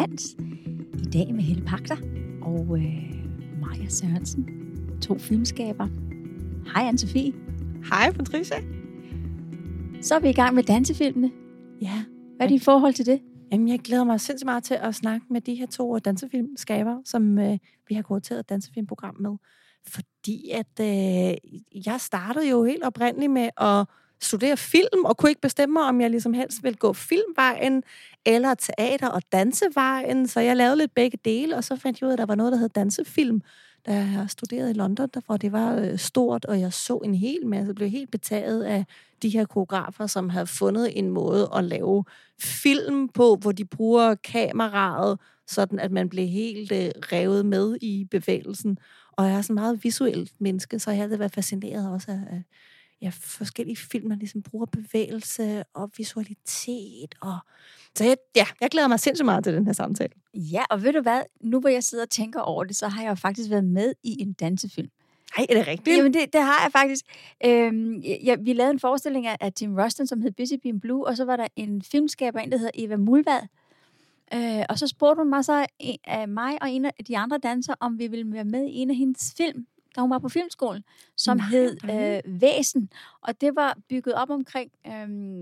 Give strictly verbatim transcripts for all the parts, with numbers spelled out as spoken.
Dans. I dag med Helle Pachter og øh, Maja Sørensen. To filmskaber. Hej Anne-Sophie. Hej Patricia. Så er vi i gang med dansefilmene. Ja. Hvad er dit forhold til det? Jamen, jeg glæder mig sindssygt meget til at snakke med de her to dansefilmskaber, som øh, vi har kurateret et dansefilmprogram med. Fordi at øh, jeg startede jo helt oprindeligt med at studere film, og kunne ikke bestemme mig, om jeg ligesom helst ville gå filmvejen, eller teater- og dansevejen. Så jeg lavede lidt begge dele, og så fandt jeg ud af, at der var noget, der hed dansefilm, da jeg studerede i London, hvor det var øh, stort, og jeg så en hel masse, blev helt betaget af de her koreografer, som havde fundet en måde at lave film på, hvor de bruger kameraet, sådan at man blev helt øh, revet med i bevægelsen. Og jeg er sådan meget visuelt menneske, så jeg har altid været fascineret også af, af ja, forskellige film, der ligesom bruger bevægelse og visualitet. Og så jeg, ja, jeg glæder mig sindssygt meget til den her samtale. Ja, og ved du hvad? Nu hvor jeg sidder og tænker over det, så har jeg jo faktisk været med i en dansefilm. Hej, er det rigtigt? Jamen, det, det har jeg faktisk. Øhm, ja, vi lavede en forestilling af, af Tim Ruston, som hed Busy Being Blue, og så var der en filmskaber, en der hedder Eva Mulvad. Øh, og så spurgte hun mig så af mig og en af de andre dansere, om vi ville være med i en af hendes film, da hun var på filmskolen, som Nej, hed øh, Væsen. Og det var bygget op omkring øh,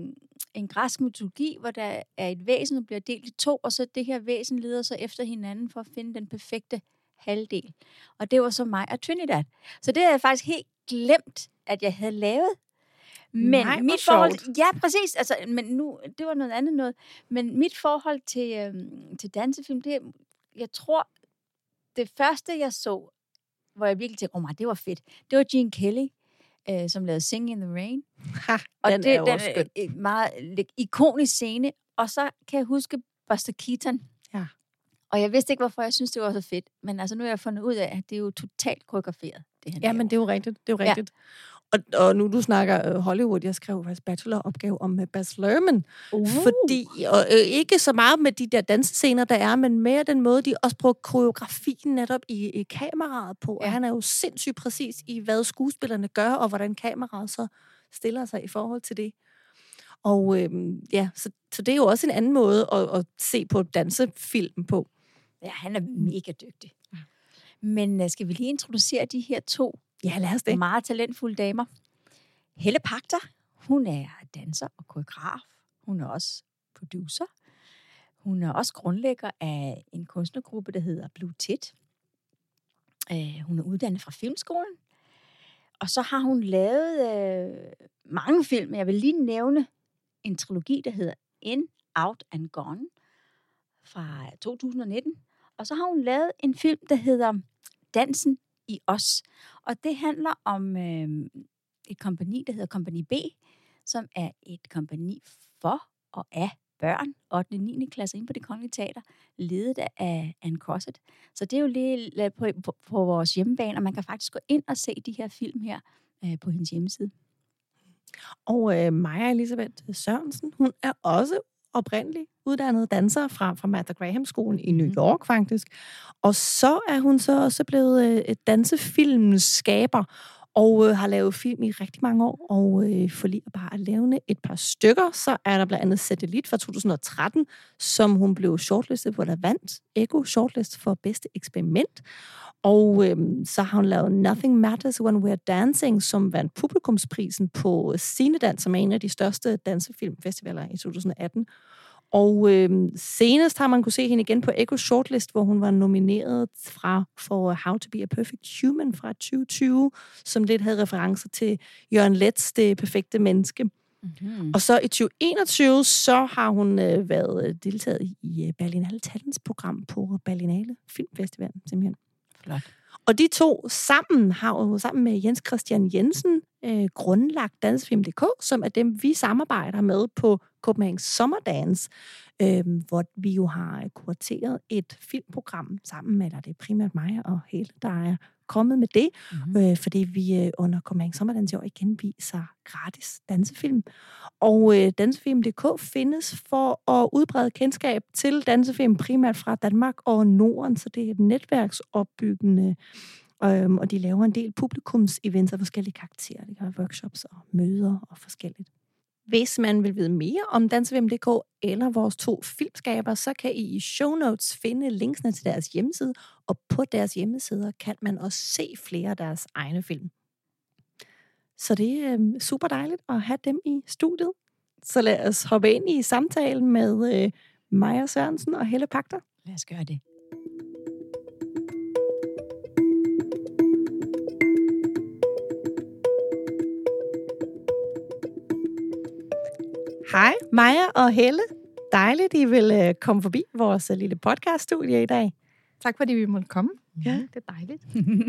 en græsk mytologi, hvor der er et væsen, der bliver delt i to, og så det her væsen leder så efter hinanden for at finde den perfekte halvdel. Og det var så mig og Trinidad. Så det havde jeg faktisk helt glemt, at jeg havde lavet. Men Nej, mit forhold, ja, præcis. Altså, men nu, det var noget andet noget. Men mit forhold til, øhm, til dansefilm, det, jeg tror, det første, jeg så, hvor jeg virkelig tænkte, åh, oh, det var fedt, det var Gene Kelly, øh, som lavede Sing in the Rain. Ha, og den det er jo også skøn. en meget ikonisk scene. Og så kan jeg huske Buster Keaton. Ja. Og jeg vidste ikke, hvorfor jeg synes, det var så fedt. Men altså, nu har jeg fundet ud af, at det er jo totalt koreograferet. Det ja, men det er jo rigtigt. Det er jo rigtigt. Ja. Og, og nu du snakker uh, Hollywood, jeg skrev faktisk bacheloropgave om uh, Baz Luhrmann. Uh. Fordi, og uh, ikke så meget med de der dansescener, der er, men mere den måde, de også bruger koreografien netop i, i kameraet på. Ja. Og han er jo sindssygt præcis i, hvad skuespillerne gør, og hvordan kameraet så stiller sig i forhold til det. Og øhm, ja, så, så det er jo også en anden måde at, at se på dansefilm på. Ja, han er mega dygtig. Ja. Men uh, skal vi lige introducere de her to ja, lad os det. meget talentfulde damer? Helle Pachter, hun er danser og koreograf. Hun er også producer. Hun er også grundlægger af en kunstnergruppe, der hedder Blue Tit. Uh, hun er uddannet fra Filmskolen. Og så har hun lavet uh, mange film. Jeg vil lige nævne en trilogi, der hedder In, Out and Gone fra to tusind nitten. Og så har hun lavet en film, der hedder Dansen i os. Og det handler om øh, et kompagni, der hedder Kompagni B, som er et kompagni for og af børn, ottende og niende klasse inde på Det Kongelige Teater, ledet af Anne Crosset. Så det er jo lige på, på, på vores hjemmebane, og man kan faktisk gå ind og se de her film her øh, på hendes hjemmeside. Og øh, Maja Elisabeth Sørensen, hun er også oprindeligt uddannet danser fra, fra Martha Graham-skolen i New York, faktisk. Og så er hun så også blevet øh, dansefilmskaber, og øh, har lavet film i rigtig mange år, og øh, for lige bare at lave et par stykker, så er der blandt andet Satellit fra to tusind og tretten, som hun blev shortlistet, hvor der vandt Ego Shortlist for bedste eksperiment. Og øhm, så har hun lavet Nothing Matters When We're Dancing, som vandt publikumsprisen på Cinedans, som er en af de største dansefilmfestivaler i to tusind og atten. Og øhm, senest har man kunne se hende igen på Echo Shortlist, hvor hun var nomineret fra for How to be a Perfect Human fra tyve tyve, som lidt havde referencer til Jørgen Leths Det perfekte menneske. Mm-hmm. Og så i tyve enogtyve, så har hun øh, været deltaget i Berlinale Talents program på Berlinale Filmfestivalen, simpelthen. Flot. Og de to sammen har jo sammen med Jens Christian Jensen øh, grundlagt Dansefilm punktum d k, som er dem, vi samarbejder med på Copenhagen Sommerdance, øh, hvor vi jo har kurateret et filmprogram sammen med, eller det er primært mig og Helle, der er kommet med det, mm-hmm. øh, fordi vi øh, under Copenhagen Sommerdance i år igen viser gratis dansefilm. Og øh, Dansefilm punktum d k findes for at udbrede kendskab til dansefilm primært fra Danmark og Norden, så det er et netværksopbyggende, øh, og de laver en del publikumsevents af forskellige karakterer. Det kan være workshops og møder og forskelligt. Hvis man vil vide mere om dansefilm punktum d k eller vores to filmskaber, så kan I i show notes finde linksene til deres hjemmeside, og på deres hjemmesider kan man også se flere af deres egne film. Så det er øh, super dejligt at have dem i studiet. Så lad os hoppe ind i samtalen med øh, Maja Sørensen og Helle Pachter. Lad os gøre det. Hej, Maja og Helle. Dejligt, I vil øh, komme forbi vores øh, lille podcaststudie i dag. Tak fordi vi måtte komme. Ja. Det er dejligt.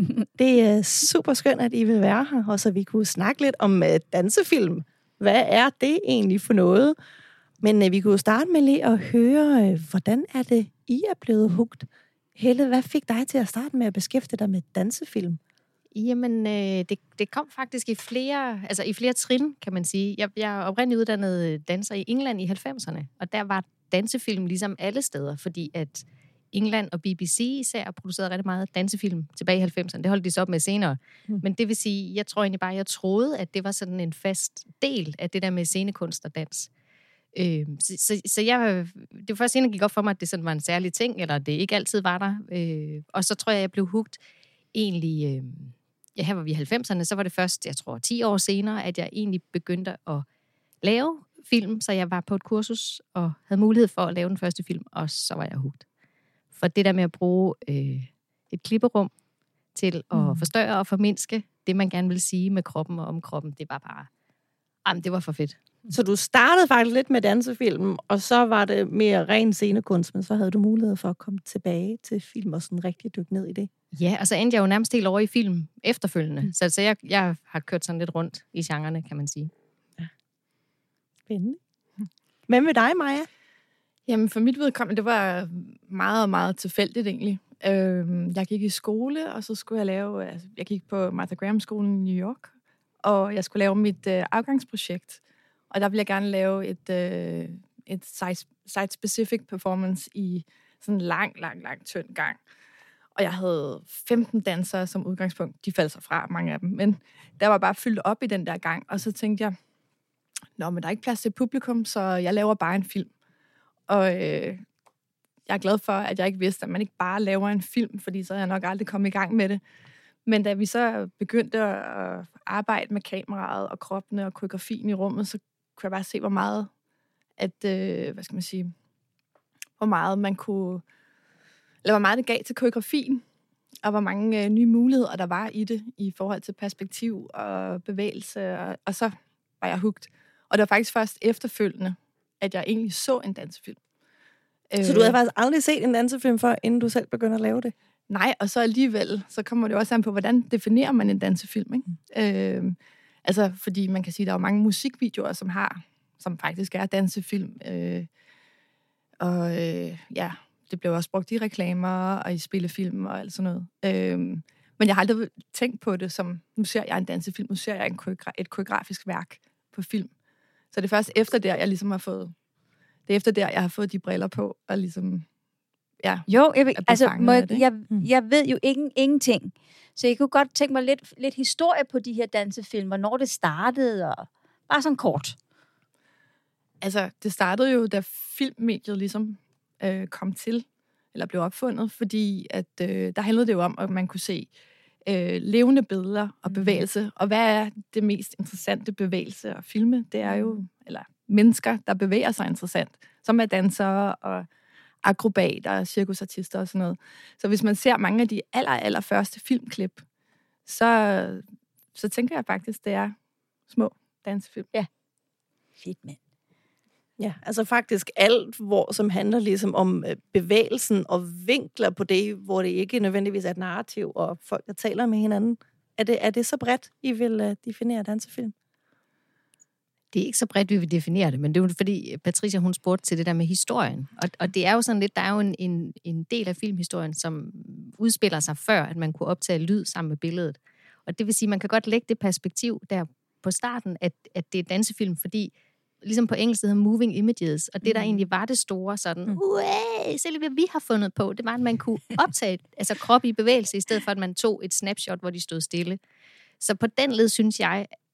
Det er super skønt, at I vil være her, og så vi kunne snakke lidt om uh, dansefilm. Hvad er det egentlig for noget? Men uh, vi kunne starte med lige at høre, uh, hvordan er det, I er blevet hugt? Helle, hvad fik dig til at starte med at beskæftige dig med dansefilm? Jamen, øh, det, det kom faktisk i flere, altså i flere trin, kan man sige. Jeg, jeg er oprindeligt uddannet danser i England i halvfemserne, og der var dansefilm ligesom alle steder, fordi at England og B B C især producerede rigtig meget dansefilm tilbage i halvfemserne. Det holdt de så op med senere. Mm. Men det vil sige, jeg tror egentlig bare, jeg troede, at det var sådan en fast del af det der med scenekunst og dans. Øh, så, så, så jeg, det var først senere gik op for mig, at det sådan var en særlig ting, eller det ikke altid var der. Øh, og så tror jeg, jeg blev hugt egentlig, øh, ja, her var vi i halvfemserne, så var det først, jeg tror, ti år senere, at jeg egentlig begyndte at lave film, så jeg var på et kursus og havde mulighed for at lave den første film, og så var jeg hugt. For det der med at bruge øh, et klipperum til at mm. forstørre og formindske det, man gerne vil sige med kroppen og om kroppen, det var bare, jamen, det var for fedt. Så du startede faktisk lidt med dansefilm, og så var det mere ren scenekunst, men så havde du mulighed for at komme tilbage til film og sådan rigtig dykke ned i det. Ja, og så endte jeg jo nærmest helt over i film efterfølgende. Mm. Så, så jeg, jeg har kørt sådan lidt rundt i genrerne, kan man sige. Ja. Spændende. Hvem med dig, Maja? Jamen, for mit vedkommende, det var meget, meget tilfældigt egentlig. Øh, jeg gik i skole, og så skulle jeg lave... Altså, jeg gik på Martha Graham-skolen i New York, og jeg skulle lave mit øh, afgangsprojekt. Og der ville jeg gerne lave et, øh, et site-specific performance i sådan en lang, lang, lang, tynd gang. Og jeg havde femten dansere som udgangspunkt. De faldt sig fra, mange af dem. Men der var bare fyldt op i den der gang. Og så tænkte jeg, nå, men der er ikke plads til publikum, så jeg laver bare en film. Og øh, jeg er glad for, at jeg ikke vidste, at man ikke bare laver en film, fordi så havde jeg nok aldrig kommet i gang med det. Men da vi så begyndte at arbejde med kameraet og kroppene og koreografien i rummet, så kunne jeg bare se, hvor meget, at, øh, hvad skal man sige, hvor meget man kunne, eller hvor meget det gav til koreografien, og hvor mange øh, nye muligheder der var i det, i forhold til perspektiv og bevægelse, og, og så var jeg hugt. Og det var faktisk først efterfølgende, at jeg egentlig så en dansefilm. Så du havde faktisk aldrig set en dansefilm før, inden du selv begyndte at lave det? Nej, og så alligevel, så kommer det også an på, hvordan definerer man en dansefilm, ikke? Mm. Øh, altså, fordi man kan sige, at der er jo mange musikvideoer, som har, som faktisk er dansefilm. Øh, og øh, ja, det blev også brugt i reklamer og i spillefilm og alt sådan noget. Øh, men jeg har aldrig tænkt på det som, nu ser jeg en dansefilm, nu ser jeg en koreogra- et koreografisk værk på film. Så det er først efter der, jeg ligesom har fået, det er efter der, jeg har fået de briller på, og ligesom, ja. Jo, jeg, altså, må, jeg, jeg, jeg ved jo ingen, ingenting. Så jeg kunne godt tænke mig lidt, lidt historie på de her dansefilm, hvornår det startede, og bare sådan kort. Altså, det startede jo, da filmmediet ligesom øh, kom til, eller blev opfundet, fordi at, øh, der handlede det jo om, at man kunne se øh, levende billeder og bevægelse. Mm. Og hvad er det mest interessante bevægelse at filme? Det er jo, eller mennesker, der bevæger sig interessant, som er dansere og akrobater, cirkusartister og sådan noget. Så hvis man ser mange af de aller, aller første filmklip, så, så tænker jeg faktisk, det er små dansefilm. Ja. Fedt, mand. Ja, altså faktisk alt, hvor, som handler ligesom om bevægelsen og vinkler på det, hvor det ikke nødvendigvis er et narrativ, og folk, der taler med hinanden. Er det, er det så bredt, I vil uh, definere dansefilm? Det er ikke så bredt, vi vil definere det, men det er jo fordi, Patricia, hun spurgte til det der med historien. Og, og det er jo sådan lidt, der er jo en, en, en del af filmhistorien, som udspiller sig før, at man kunne optage lyd sammen med billedet. Og det vil sige, man kan godt lægge det perspektiv der på starten, at, at det er dansefilm, fordi ligesom på engelsk hedder moving images, og det der mm. egentlig var det store sådan, mm. uæh, selv hvad vi har fundet på, det var, at man kunne optage altså krop i bevægelse, i stedet for at man tog et snapshot, hvor de stod stille. Så på den led synes jeg,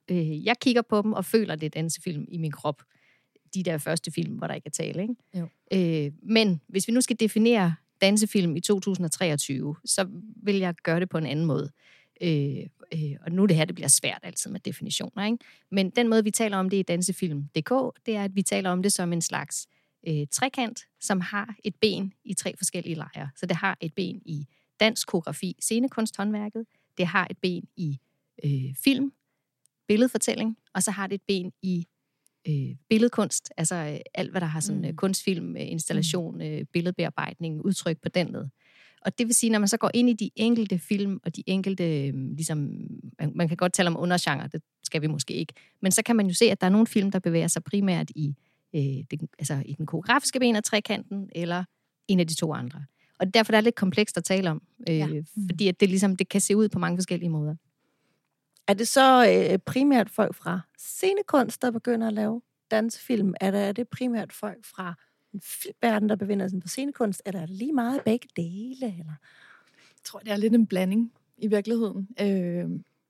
øh, jeg kigger på dem og føler, det er dansefilm i min krop. De der første film, hvor der ikke er tale, ikke? Jo. Øh, men hvis vi nu skal definere dansefilm i to tusind og treogtyve, så vil jeg gøre det på en anden måde. Øh, øh, og nu det her, det bliver svært altid med definitioner, ikke? Men den måde, vi taler om det i dansefilm punktum d k, det er, at vi taler om det som en slags øh, trekant, som har et ben i tre forskellige lejre. Så det har et ben i dansk koreografi, scenekunsthåndværket, det har et ben i øh, film, billedfortælling, og så har det et ben i øh, billedkunst, altså øh, alt, hvad der har sådan mm. øh, kunstfilm, øh, installation, øh, billedbearbejdning, udtryk på den led. Og det vil sige, når man så går ind i de enkelte film, og de enkelte, øh, ligesom, man, man kan godt tale om undergenre, det skal vi måske ikke, men så kan man jo se, at der er nogle film, der bevæger sig primært i, øh, det, altså i den koreografiske ben af trekanten, eller en af de to andre. Og derfor er det lidt komplekst at tale om, øh, ja. mm. fordi at det, ligesom, det kan se ud på mange forskellige måder. Er det så øh, primært folk fra scenekunst, der begynder at lave dansefilm? Er det, er det primært folk fra en filmverden, der befinder sig på scenekunst? Eller er det lige meget begge dele? Eller? Jeg tror, det er lidt en blanding i virkeligheden. Øh...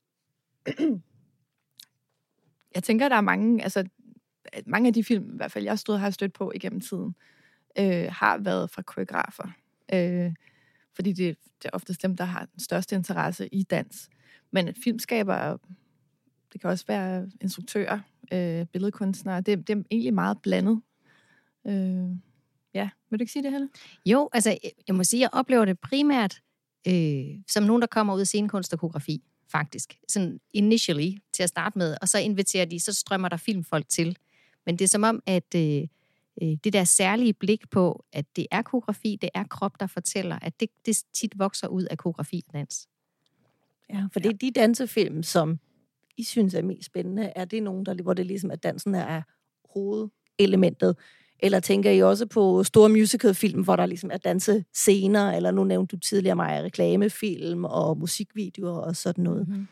Jeg tænker, der er mange, altså mange af de film, i hvert fald jeg stod har stødt på igennem tiden, øh, har været fra koreografer. Øh, fordi det, det er oftest dem, der har den største interesse i dans. Men filmskaber, det kan også være instruktører, øh, billedkunstnere, det, det er egentlig meget blandet. Øh, ja, vil du ikke sige det, Helle? Jo, altså jeg må sige, jeg oplever det primært øh, som nogen, der kommer ud af scenekunst og koreografi, faktisk. Sådan initially, til at starte med, og så inviterer de, så strømmer der filmfolk til. Men det er som om, at øh, det der særlige blik på, at det er koreografi, det er krop, der fortæller, at det, det tit vokser ud af koreografi og dans. Ja, for det er de dansefilm, som I synes er mest spændende. Er det nogen, der, hvor det ligesom, at dansen er hovedelementet? Eller tænker I også på store musicalfilm, hvor der ligesom er dansescener, eller nu nævnte du tidligere mig reklamefilm og musikvideoer og sådan noget? Mm-hmm.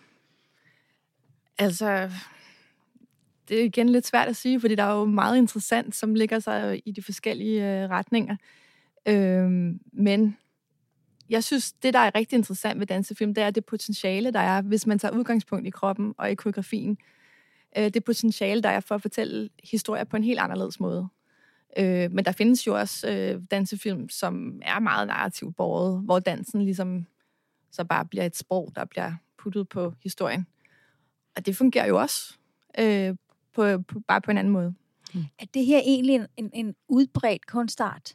Altså, det er igen lidt svært at sige, fordi der er jo meget interessant, som ligger sig i de forskellige øh, retninger. Øhm, men jeg synes, det, der er rigtig interessant ved dansefilm, det er det potentiale, der er, hvis man tager udgangspunkt i kroppen og i koreografien. Øh, det potentiale, der er for at fortælle historier på en helt anderledes måde. Øh, men der findes jo også øh, dansefilm, som er meget narrativt båret, hvor dansen ligesom så bare bliver et sprog, der bliver puttet på historien. Og det fungerer jo også, øh, på, på, bare på en anden måde. Mm. Er det her egentlig en, en, en udbredt kunstart?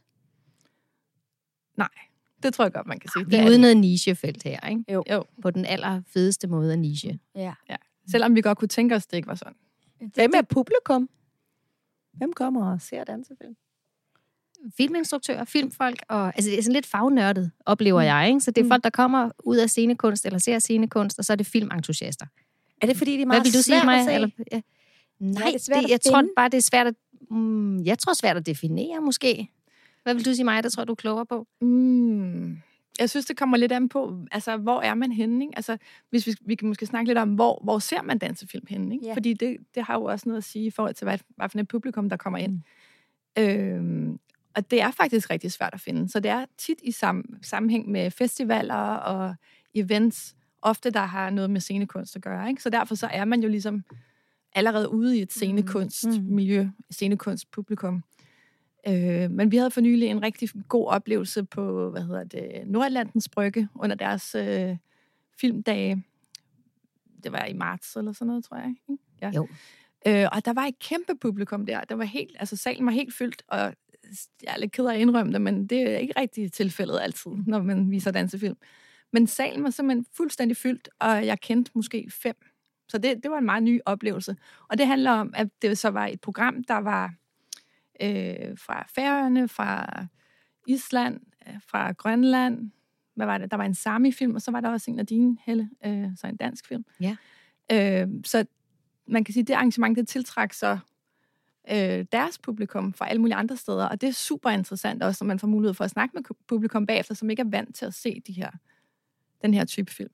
Nej, det tror jeg godt, man kan sige. Vi er ude noget nichefelt her, ikke? Jo. jo. På den allerfedeste måde af niche. Ja. ja. Selvom vi godt kunne tænke os, det ikke var sådan. Hvem er publikum? Hvem kommer og ser dansefilm? Filminstruktører, filmfolk, og altså det er sådan lidt fagnørdet, oplever mm. jeg, ikke? Så det er mm. folk, der kommer ud af scenekunst, eller ser scenekunst, og så er det filmentusiaster. Er det fordi, det er meget Hvad vil du svært sige mig? at se? Eller, ja. Nej, ja, det er svært det, jeg tror bare, det er svært at... Mm, jeg tror svært at definere, måske. Hvad vil du sige mig? Det tror jeg, du er klogere på. Mm. Jeg synes, det kommer lidt an på, altså, hvor er man henne, ikke? Altså, hvis vi, vi kan måske snakke lidt om, hvor, hvor ser man dansefilm henne, ikke? Yeah. Fordi det, det har jo også noget at sige i forhold til, hvad, hvad for et publikum, der kommer ind. Mm. Øhm, og det er faktisk rigtig svært at finde. Så det er tit i sam, sammenhæng med festivaler og events, ofte der har noget med scenekunst at gøre, ikke? Så derfor så er man jo ligesom allerede ude i et scenekunstmiljø, mm. scenekunstpublikum. Øh, men vi havde for nylig en rigtig god oplevelse på, hvad hedder det, Nordatlantens Brygge, under deres øh, filmdage. Det var i marts eller sådan noget, tror jeg. Ikke? Ja. Jo. Øh, og der var et kæmpe publikum der. Der var helt, altså salen var helt fyldt, og jeg er lidt ked af at indrømme det, men det er ikke rigtig tilfældet altid, når man viser dansefilm. Men salen var simpelthen fuldstændig fyldt, og jeg kendte måske fem. Så det, det var en meget ny oplevelse. Og det handler om, at det så var et program, der var øh, fra Færøerne, fra Island, fra Grønland. Hvad var det? Der var en sami-film, og så var der også en af dine, Helle, øh, så en dansk film. Ja. Øh, så man kan sige, at det arrangement, det tiltrækker så øh, deres publikum fra alle mulige andre steder, og det er super interessant også, når man får mulighed for at snakke med publikum bagefter, som ikke er vant til at se de her, den her type film.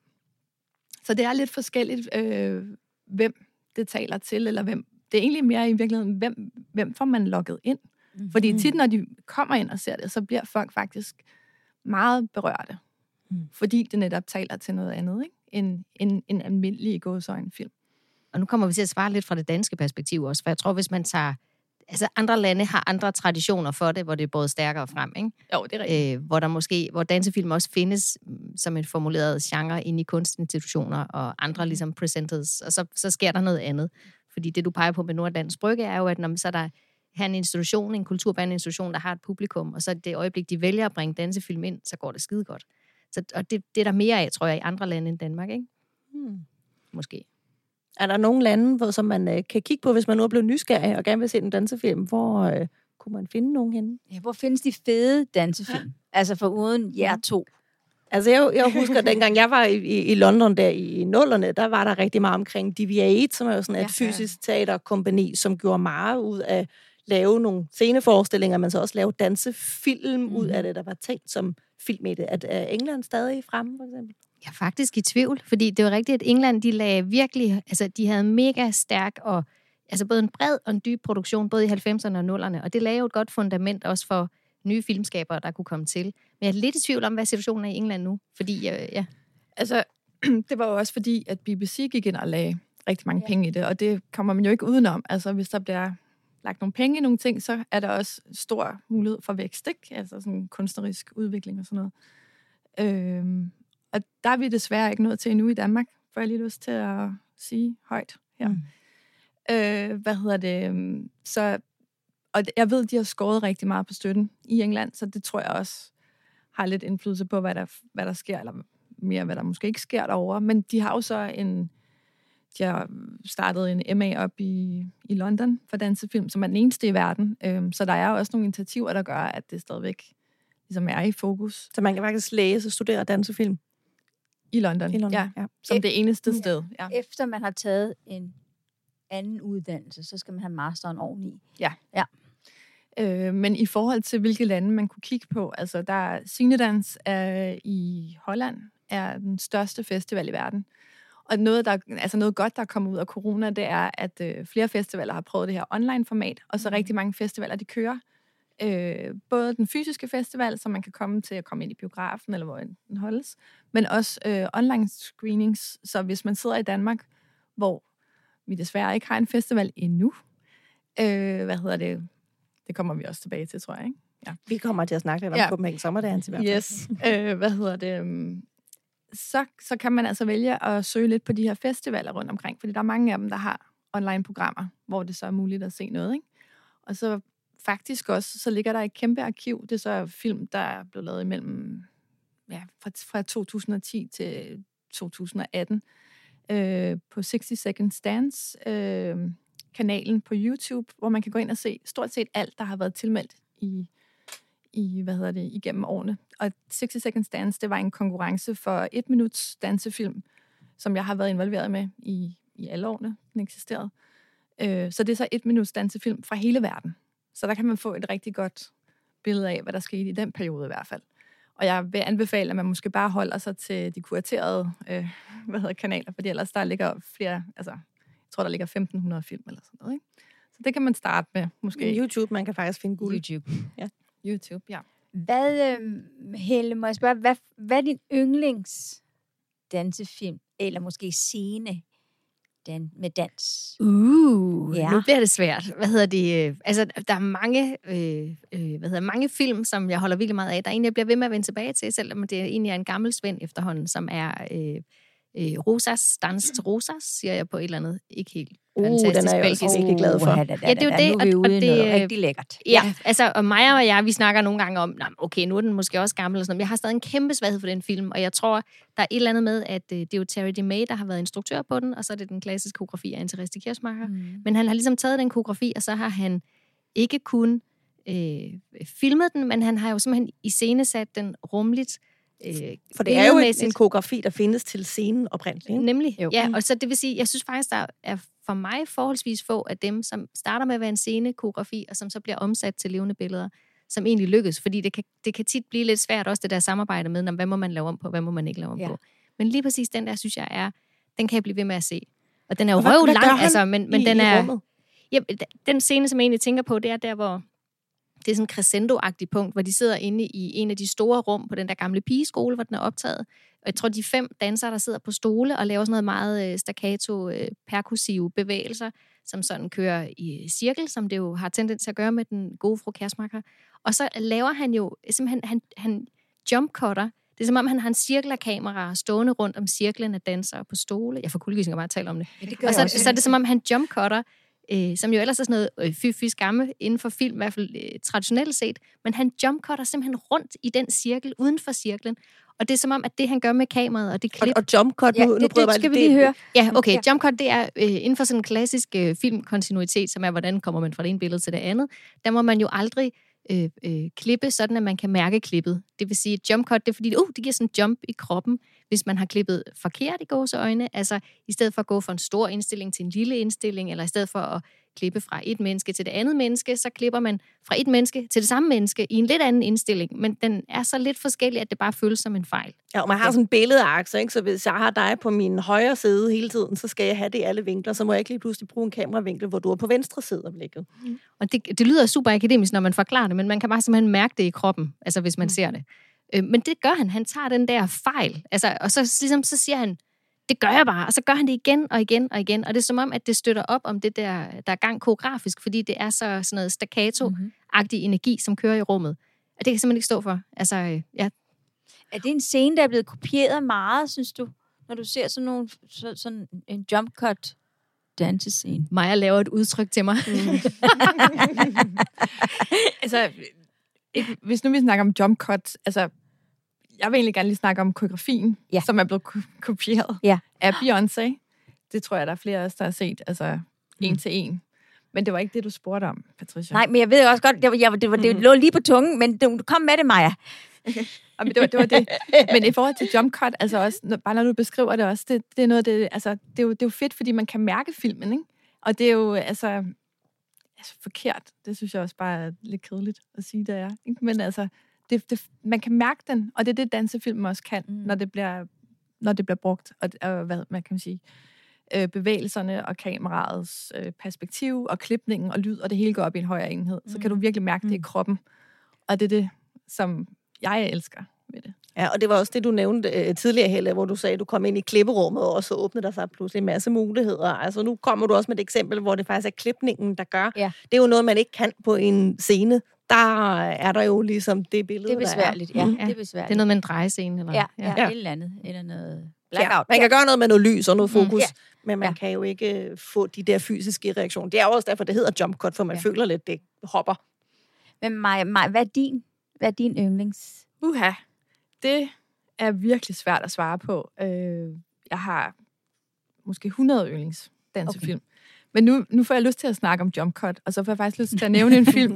Så det er lidt forskelligt, øh, hvem det taler til, eller hvem. Det er egentlig mere i virkeligheden, hvem, hvem får man logget ind. Mm-hmm. Fordi tit, når de kommer ind og ser det, så bliver folk faktisk meget berørte. Mm. Fordi det netop taler til noget andet, ikke? End en, en almindelig gåseøjne film. og nu kommer vi til at svare lidt fra det danske perspektiv også, for jeg tror, hvis man tager, altså andre lande har andre traditioner for det, hvor det er både stærkere frem, ikke? Jo, det er rigtigt. Øh, hvor der måske, hvor dansefilm også findes som en formuleret genre inde i kunstinstitutioner og andre ligesom presenters, og så, så sker der noget andet. Fordi det, du peger på med Norddans Brygge, er jo, at når så er der her en institution, en kulturbærende institution, der har et publikum, og så det øjeblik, de vælger at bringe dansefilm ind, så går det skide godt. Så, og det, det er der mere af, tror jeg, i andre lande end Danmark, ikke? Hmm. Måske. Er der nogle lande, hvor, som man øh, kan kigge på, hvis man nu er blevet nysgerrig og gerne vil se en dansefilm? Hvor øh, kunne man finde nogen henne? Ja, hvor findes de fede dansefilm? Ja. Altså for uden jer to. Altså, jeg, jeg husker, dengang jeg var i, i, i London der i, i nullerne, der var der rigtig meget omkring D V A otte, som er jo sådan et ja, fysisk teaterkompagni, som gjorde meget ud af lave nogle sceneforestillinger, men så også lave dansefilm mm. ud af det, der var tænkt som film i det. Er, er England stadig fremme, for eksempel? Jeg er faktisk i tvivl, fordi det var rigtigt, at England, de lagde virkelig, altså de havde mega stærk og, altså både en bred og en dyb produktion, både i halvfemserne og nullerne, og det lagde jo et godt fundament også for nye filmskabere, der kunne komme til. Men jeg er lidt i tvivl om, hvad situationen er i England nu, fordi, øh, ja. Altså, det var jo også fordi, at B B C gik ind og lagde rigtig mange ja. penge i det, og det kommer man jo ikke udenom. Altså, hvis der bliver lagt nogle penge i nogle ting, så er der også stor mulighed for vækst, ikke? Altså sådan kunstnerisk udvikling og sådan noget. Øhm, og der er vi desværre ikke nået til endnu i Danmark, får jeg lige lyst til at sige højt her. Mm. Øh, hvad hedder det? Så, og jeg ved, de har skåret rigtig meget på støtten i England, så det tror jeg også har lidt indflydelse på, hvad der, hvad der sker, eller mere, hvad der måske ikke sker derovre. Men de har jo så en... De har startet en M A op i, i London for dansefilm, som er den eneste i verden. Øhm, så der er jo også nogle initiativer, der gør, at det stadigvæk ligesom er i fokus. Så man kan faktisk læse og studere dansefilm? I London, I London ja. ja. Som e- det eneste sted. Ja. Efter man har taget en anden uddannelse, så skal man have masteren oveni. Ja. ja. Øh, men i forhold til, hvilke lande man kunne kigge på, altså der er Cinedans er i Holland, er den største festival i verden. Og noget, der, altså noget godt, der er kommet ud af corona, det er, at øh, flere festivaler har prøvet det her online-format, og så rigtig mange festivaler, de kører. Øh, både den fysiske festival, så man kan komme til at komme ind i biografen, eller hvor den holdes, men også øh, online-screenings. Så hvis man sidder i Danmark, hvor vi desværre ikke har en festival endnu, øh, hvad hedder det? Det kommer vi også tilbage til, tror jeg, ikke? Ja. Vi kommer til at snakke lidt om ja. Copenhagen Sommerdance i hvert fald. Yes. øh, hvad hedder det? Så, så kan man altså vælge at søge lidt på de her festivaler rundt omkring, fordi der er mange af dem, der har online-programmer, hvor det så er muligt at se noget, ikke? Og så faktisk også, så ligger der et kæmpe arkiv. Det er så film, der er blevet lavet imellem ja, fra, fra to tusind og ti til to tusind og atten øh, på sixty Seconds Dance øh, kanalen på YouTube, hvor man kan gå ind og se stort set alt, der har været tilmeldt i i, hvad hedder det, igennem årene. Og sixty Seconds Dance, det var en konkurrence for et minuts dansefilm, som jeg har været involveret med i, i alle årene, den eksisterede. Øh, så det er så et minuts dansefilm fra hele verden. Så der kan man få et rigtig godt billede af, hvad der skete i den periode i hvert fald. Og jeg vil anbefale, at man måske bare holder sig til de kuraterede øh, hvad hedder, kanaler, fordi ellers der ligger flere, altså jeg tror, der ligger femten hundrede film eller sådan noget, ikke? Så det kan man starte med, måske. YouTube, man kan faktisk finde guld. YouTube. Ja. YouTube, ja. Hvad, øh, Helle, må jeg spørge, hvad, hvad er din yndlings dansefilm, eller måske scene dan, med dans? Uh, ja. Nu bliver det svært. Hvad hedder det? Altså, der er mange, øh, øh, hvad hedder, mange film, som jeg holder virkelig meget af. Der er en, jeg bliver ved med at vende tilbage til, selvom det egentlig er en gammel svend efterhånden, som er øh, øh, Rosas, Dans til Rosas, siger jeg på et eller andet. Ikke helt. Uh, den er jeg også ikke glad for. Ja, det er jo det. Nu er vi ude i noget rigtig lækkert. Ja, ja, altså, og Maja og jeg, vi snakker nogle gange om, okay, nu er den måske også gammel, og sådan noget, men jeg har stadig en kæmpe svaghed for den film, og jeg tror, der er et eller andet med, at det er jo Terry DeMay, der har været instruktør på den, og så er det den klassiske koreografi af Interesse Kirchmacher. Mm. Men han har ligesom taget den koreografi, og så har han ikke kun øh, filmet den, men han har jo simpelthen iscenesat den rumligt. Øh, For det er jo en, en koreografi, der findes til scenen oprindeligt. Nemlig, jo. Ja, og så det vil sige, jeg synes faktisk, der er for mig forholdsvis få af dem, som starter med at være en scenekoreografi, og som så bliver omsat til levende billeder, som egentlig lykkes, fordi det kan, det kan tit blive lidt svært også det der samarbejde med, hvad må man lave om på, hvad må man ikke lave om ja. på. Men lige præcis den der, synes jeg er, den kan jeg blive ved med at se. Og den er jo røv lang, altså, men, men i, den er... I ja, den scene, som jeg egentlig tænker på, det er der, hvor det er sådan en crescendo-agtig punkt, hvor de sidder inde i en af de store rum på den der gamle pigeskole, hvor den er optaget. Og jeg tror, de fem dansere, der sidder på stole og laver sådan noget meget staccato, perkussive bevægelser, som sådan kører i cirkel, som det jo har tendens til at gøre med den gode fru Kersmacher. Og så laver han jo simpelthen, han, han jumpcutter. Det er som om, han har en cirkel af kameraer stående rundt om cirklen af dansere på stole. Jeg får kuldegysninger bare at tale om det. Ja, det og så, så er det som om, han jumpcutter, øh, som jo ellers er sådan noget øh, fy-fy skamme inden for film, i hvert fald øh, traditionelt set. Men han jumpcutter simpelthen rundt i den cirkel, uden for cirklen. Og det er som om, at det han gør med kameraet og det klip... Og, og jumpcut, ja, nu, det, nu prøver det, jeg skal bare... vi lige høre. Ja, okay. Jumpcut, det er øh, inden for sådan en klassisk øh, filmkontinuitet, som er, hvordan kommer man fra det ene billede til det andet. Der må man jo aldrig øh, øh, klippe, sådan at man kan mærke klippet. Det vil sige, jumpcut, det er fordi, uh, det giver sådan en jump i kroppen, hvis man har klippet forkert i gåseøjne. Altså, i stedet for at gå fra en stor indstilling til en lille indstilling, eller i stedet for at klippe fra et menneske til det andet menneske, så klipper man fra et menneske til det samme menneske i en lidt anden indstilling, men den er så lidt forskellig, at det bare føles som en fejl. Ja, og man har sådan en billedeakse, ikke? Så hvis jeg har dig på min højre side hele tiden, så skal jeg have det i alle vinkler, så må jeg ikke lige pludselig bruge en kameravinkel, hvor du er på venstre side af blikket. Mm. Og det, det lyder super akademisk, når man forklarer det, men man kan bare simpelthen mærke det i kroppen, altså hvis man mm. ser det. Øh, men det gør han. Han tager den der fejl, altså, og så, ligesom, så siger han, det gør jeg bare, og så gør han det igen og igen og igen, og det er som om, at det støtter op om det der, der er gang koreografisk, fordi det er så sådan noget staccato-agtig mm-hmm. energi, som kører i rummet. Og det kan jeg simpelthen ikke stå for. Altså, ja. Er det en scene, der er blevet kopieret meget, synes du, når du ser sådan, nogle, så, sådan en jump cut dansescene? Maja laver et udtryk til mig. Mm. altså, et, hvis nu vi snakker om jump cut, altså, jeg vil egentlig gerne lige snakke om koreografien, ja. som er blevet kopieret ja. af Beyoncé. Det tror jeg, der er flere af os, der har set, altså mm. en til en. Men det var ikke det, du spurgte om, Patricia. Nej, men jeg ved også godt, det, var, jeg, det, var, det lå lige på tungen, men du kom med det, Maja. Okay. Men det var, det var det. Men i forhold til jump cut, altså også, når, bare når du beskriver det også, det, det er noget det, altså, det er, jo, det er jo fedt, fordi man kan mærke filmen, ikke? Og det er jo, altså, altså forkert. Det synes jeg også bare er lidt kedeligt at sige, det er. Ikke? Men altså, det, det, man kan mærke den, og det er det, dansefilm også kan, mm. når, det bliver, når det bliver brugt. Og, og hvad man kan sige, øh, bevægelserne og kameraets øh, perspektiv og klipningen og lyd, og det hele går op i en højere enhed. Mm. Så kan du virkelig mærke det i kroppen. Og det er det, som jeg elsker ved det. Ja, og det var også det, du nævnte øh, tidligere, Helle, hvor du sagde, at du kom ind i klipperummet, og så åbnede der sig pludselig en masse muligheder. Altså nu kommer du også med et eksempel, hvor det faktisk er klipningen, der gør. Ja. Det er jo noget, man ikke kan på en scene. Der er der jo ligesom det billede, det er besværligt, ja. Mm. ja. Det er besværligt. Det er noget med en drejescene, eller? Ja, ja, ja. Et eller andet. Eller noget blackout. Ja, man kan gøre noget med noget lys og noget fokus, mm. ja. men man ja. kan jo ikke få de der fysiske reaktioner. Det er også derfor, det hedder jump cut, for man ja. føler lidt, det hopper. Men Maja, Maja, hvad er din, hvad er din yndlings? Uha, det er virkelig svært at svare på. Øh, jeg har måske hundrede yndlingsdansefilm. Okay. Men nu, nu får jeg lyst til at snakke om jump cut, og så får jeg faktisk lyst til at nævne en film,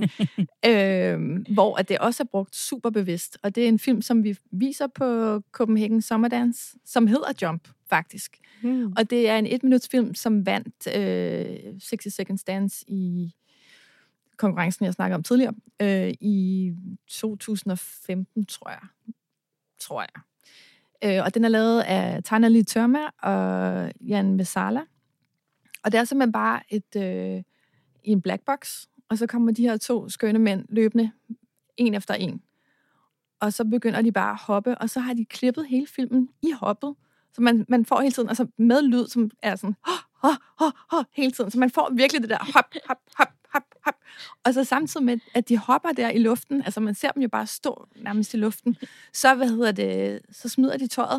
øh, hvor at det også er brugt super bevidst. Og det er en film, som vi viser på Copenhagen Summerdance, som hedder Jump, faktisk. Hmm. Og det er en et-minuts film, som vandt øh, sixty Seconds Dance i konkurrencen, jeg snakkede om tidligere, øh, i to tusind og femten, tror jeg. Tror jeg. Øh, og den er lavet af Taina Lee Tørma og Jan Vesala. Og det er simpelthen bare et, øh, i en black box, og så kommer de her to skønne mænd løbende, en efter en. Og så begynder de bare at hoppe, og så har de klippet hele filmen i hoppet. Så man, man får hele tiden, altså med lyd, som er sådan, ho, ho, ho, ho, hele tiden. Så man får virkelig det der hop, hop, hop, hop, hop. Og så samtidig med, at de hopper der i luften, altså man ser dem jo bare stå nærmest i luften, så, hvad hedder det, så smider de tøjet.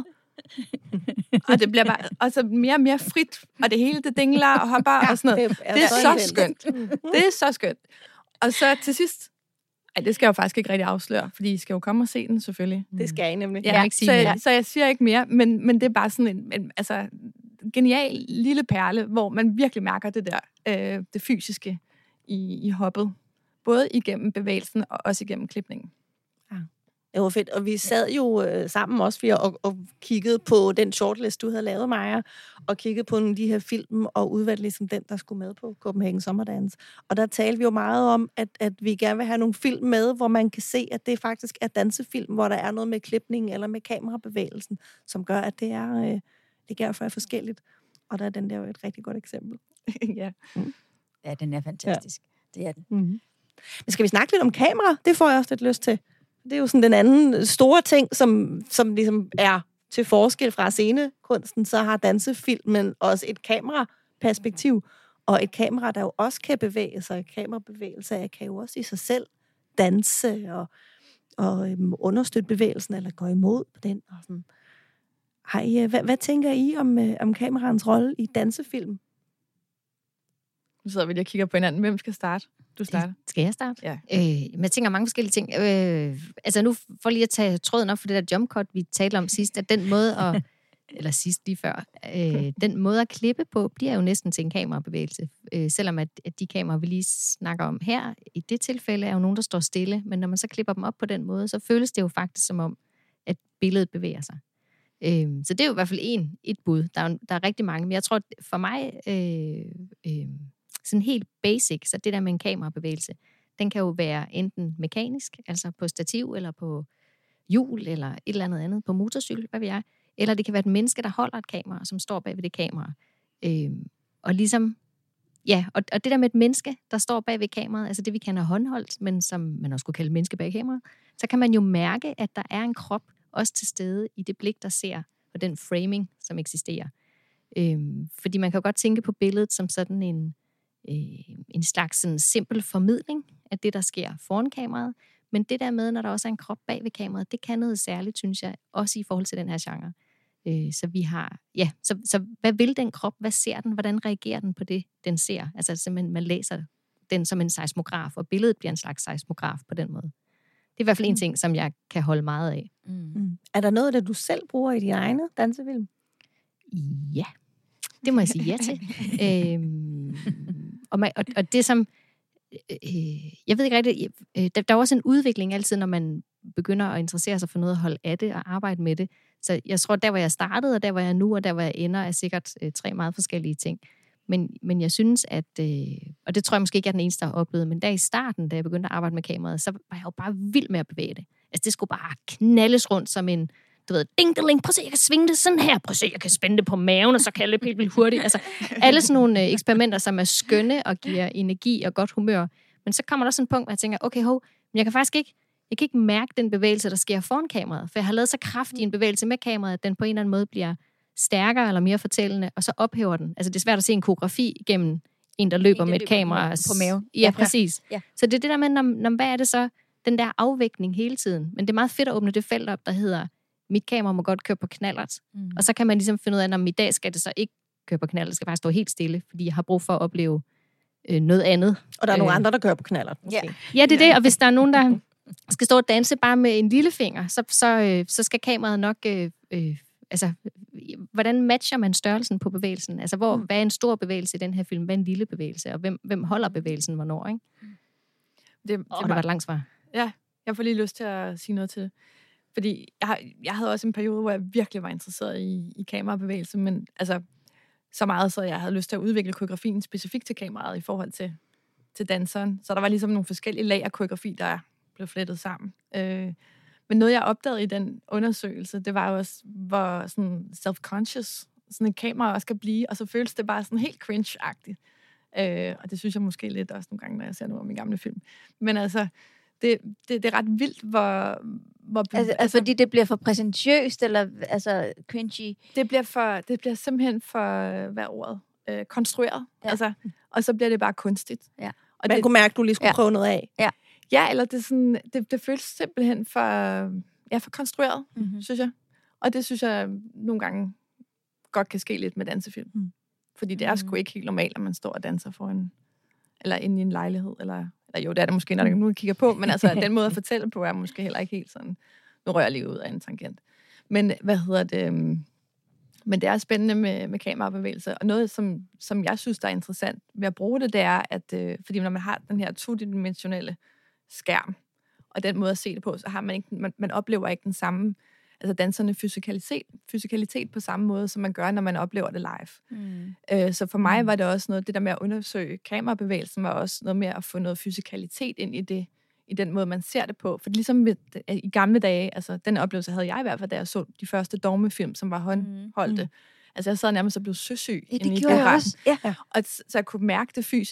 Og det bliver bare altså mere og mere frit, og det hele det dingler og hopper og sådan noget. Det er så skønt. Det er så skønt. Og så til sidst, ej, det skal jeg jo faktisk ikke rigtig afsløre, fordi I skal jo komme og se den selvfølgelig. Det skal I nemlig. Ja, ikke sige så, jeg, så jeg siger ikke mere, men, men det er bare sådan en, en altså, genial lille perle, hvor man virkelig mærker det der, øh, det fysiske i, i hoppet. Både igennem bevægelsen og også igennem klipningen. Det var fedt, og vi sad jo øh, sammen også for og, og kiggede på den shortlist, du havde lavet, Maja, og kiggede på nogle af de her film, og udvalgte ligesom den, der skulle med på Copenhagen Summerdance. Og der talte vi jo meget om, at, at vi gerne vil have nogle film med, hvor man kan se, at det faktisk er dansefilm, hvor der er noget med klipningen eller med kamerabevægelsen, som gør, at det er, øh, det derfor er forskelligt. Og der er den der jo et rigtig godt eksempel. ja. Mm. Ja, den er fantastisk. Ja. Det er den. Mm-hmm. Men skal vi snakke lidt om kamera? Det får jeg også lidt lyst til. Det er jo sådan den anden store ting, som, som ligesom er til forskel fra scenekunsten, så har dansefilmen også et kameraperspektiv, og et kamera, der jo også kan bevæge sig. Kamerabevægelser kan jo også i sig selv danse og, og øhm, understøtte bevægelsen, eller gå imod på den. Og sådan. Har I, hvad, hvad tænker I om, øh, om kameraens rolle i dansefilm? Nu sidder vi lige og kigger på hinanden. Hvem skal starte? Du starter. Skal jeg starte? Ja. Øh, men jeg tænker mange forskellige ting. Øh, altså nu for lige at tage tråden op for det der jump cut, vi talte om sidst, at den måde at, eller sidst lige før, øh, den måde at klippe på, bliver jo næsten til en kamerabevægelse. Øh, selvom at, at de kameraer, vi lige snakker om her, i det tilfælde er jo nogen, der står stille, men når man så klipper dem op på den måde, så føles det jo faktisk som om, at billedet bevæger sig. Øh, så det er jo i hvert fald en, et bud. Der er, der er rigtig mange, men jeg tror, for mig... Øh, øh, sådan helt basic, så det der med en kamerabevægelse, den kan jo være enten mekanisk, altså på stativ, eller på hjul, eller et eller andet andet, på motorcykel, hvad ved jeg, eller det kan være et menneske, der holder et kamera, som står bag ved det kamera. Øhm, og ligesom, ja, og, og det der med et menneske, der står bag ved kameraet, altså det vi kalder håndholdt, men som man også kunne kalde menneske bag kameraet, så kan man jo mærke, at der er en krop også til stede i det blik, der ser på den framing, som eksisterer. Øhm, fordi man kan jo godt tænke på billedet som sådan en en slags sådan simpel formidling af det, der sker foran kameraet. Men det der med, når der også er en krop bag ved kameraet, det kan noget særligt, synes jeg, også i forhold til den her genre. Øh, så vi har, ja, så, så hvad vil den krop? Hvad ser den? Hvordan reagerer den på det, den ser? Altså simpelthen, man læser den som en seismograf, og billedet bliver en slags seismograf på den måde. Det er i hvert fald en ting, som jeg kan holde meget af. Mm. Mm. Er der noget af det, du selv bruger i dine egne dansefilm? Ja, det må jeg sige ja til. øhm, og, man, og, og det som... Øh, jeg ved ikke rigtigt... Øh, der, der er også en udvikling altid, når man begynder at interessere sig for noget, at holde af det og arbejde med det. Så jeg tror, der hvor jeg startede, og der hvor jeg er nu, og der hvor jeg ender, er sikkert øh, tre meget forskellige ting. Men, men jeg synes, at... Øh, og det tror jeg måske ikke, jeg er den eneste, der har oplevet, men der i starten, da jeg begyndte at arbejde med kameraet, så var jeg jo bare vild med at bevæge det. Altså, det skulle bare knaldes rundt som en... Du ved, ding-ding, prøv at se, jeg kan svinge det sådan her. Prøv at se, jeg kan spænde det på maven, og så kan jeg løbe helt vildt hurtigt. Altså, alle sådan nogle øh, eksperimenter, som er skønne og giver energi og godt humør. Men så kommer der sådan en punkt, hvor jeg tænker, okay, hov, men jeg kan faktisk ikke, jeg kan ikke mærke den bevægelse, der sker foran kameraet. For jeg har lavet så kraftig en bevægelse med kameraet, at den på en eller anden måde bliver stærkere eller mere fortællende, og så ophæver den. Altså, det er svært at se en koreografi gennem en, der løber en, der med et kamera. På maven. Ja, præcis. Ja. Så det er det der med, når, når, hvad er det så? Den der afvægtning hele tiden. Men det er meget fedt at åbne det felt op, der hedder mit kamera må godt køre på knallert. Mm. Og så kan man ligesom finde ud af, at i dag skal det så ikke køre på knallert, det skal bare stå helt stille, fordi jeg har brug for at opleve øh, noget andet. Og der er øh. nogle andre, der kører på knallert. Ja. ja, det er det, og hvis der er nogen, der skal stå og danse bare med en lillefinger, så, så, øh, så skal kameraet nok... Øh, øh, altså, hvordan matcher man størrelsen på bevægelsen? Altså, hvor, mm. hvad er en stor bevægelse i den her film? Hvad er en lille bevægelse? Og hvem, hvem holder bevægelsen hvornår, ikke? Det, det, oh, det var et langt svar. Ja, jeg får lige lyst til at sige noget til det. Fordi jeg, har, jeg havde også en periode, hvor jeg virkelig var interesseret i, i kamerabevægelse, men altså så meget, så jeg havde lyst til at udvikle koreografien specifikt til kameraet i forhold til, til danseren. Så der var ligesom nogle forskellige lag af koreografi, der blev flettet sammen. Øh, men noget, jeg opdagede i den undersøgelse, det var jo også, hvor sådan self-conscious sådan et kamera også kan blive, og så føles det bare sådan helt cringe-agtigt. Øh, og det synes jeg måske lidt også nogle gange, når jeg ser nogle af mine gamle film. Men altså, det, det, det er ret vildt, hvor... hvor altså, altså, fordi det bliver for præsentiøst, eller altså cringy? Det bliver, for, det bliver simpelthen for, hvad er ordet? Øh, konstrueret. Ja. Altså, og så bliver det bare kunstigt. Ja. Og man det, kunne mærke, at du lige skulle ja. prøve noget af. Ja, ja eller det, sådan, det, det føles simpelthen for, ja, for konstrueret, mm-hmm. synes jeg. Og det synes jeg nogle gange godt kan ske lidt med dansefilm. Mm. Fordi det er sgu ikke helt normalt, at man står og danser foran, eller inde i en lejlighed, eller, eller jo, det er det måske, når der nu kigger på, men altså, den måde at fortælle på er måske heller ikke helt sådan, nu rører jeg lige ud af en tangent. Men hvad hedder det, men det er spændende med, med kamerabevægelser, og noget, som, som jeg synes, der er interessant ved at bruge det, det er, at, øh, fordi når man har den her todimensionelle skærm, og den måde at se det på, så har man ikke, man, man oplever ikke den samme, altså danserne fysikalitet, fysikalitet på samme måde, som man gør, når man oplever det live. Mm. Øh, så for mig var det også noget, det der med at undersøge kamerabevægelsen, var også noget med at få noget fysikalitet ind i det, i den måde, man ser det på. For ligesom ved, i gamle dage, altså den oplevelse havde jeg i hvert fald, da jeg så de første dogmefilm, som var håndholdte. Mm. Altså jeg sad nærmest og blev søsyg. Ja, det gjorde jeg også. Ja. Og så jeg kunne mærke det fysisk,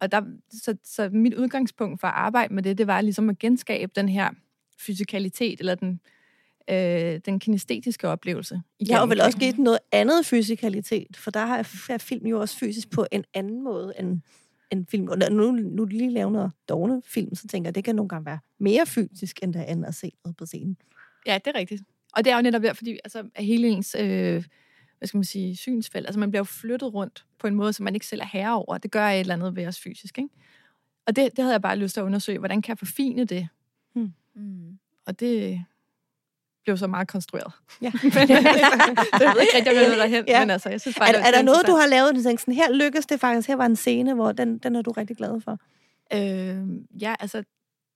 og der, så, så mit udgangspunkt for at arbejde med det, det var ligesom at genskabe den her fysikalitet, eller den, øh, den kinestetiske oplevelse. Jeg har vel også givet noget andet fysikalitet, for der er film jo også fysisk på en anden måde end, end film. Og nu, nu lige laver noget dårlig film, så tænker jeg, det kan nogle gange være mere fysisk, end det andet at se noget på scenen. Ja, det er rigtigt. Og det er jo netop der, fordi altså, hele ens øh, hvad skal man sige, synsfelt, altså man bliver jo flyttet rundt på en måde, som man ikke selv er herre over. Det gør et eller andet ved os fysisk, ikke? Og det, det havde jeg bare lyst til at undersøge, hvordan kan jeg forfine det? Hmm. Mm. Og det blev så meget konstrueret. Ja. Men, så jeg ved ikke rigtig, om jeg ved derhen, ja. Men altså, jeg synes bare, er, det, er der noget, du har lavet, du tænker sådan, her lykkes det faktisk, her var en scene, hvor den, den er du rigtig glad for? Øh, ja, altså,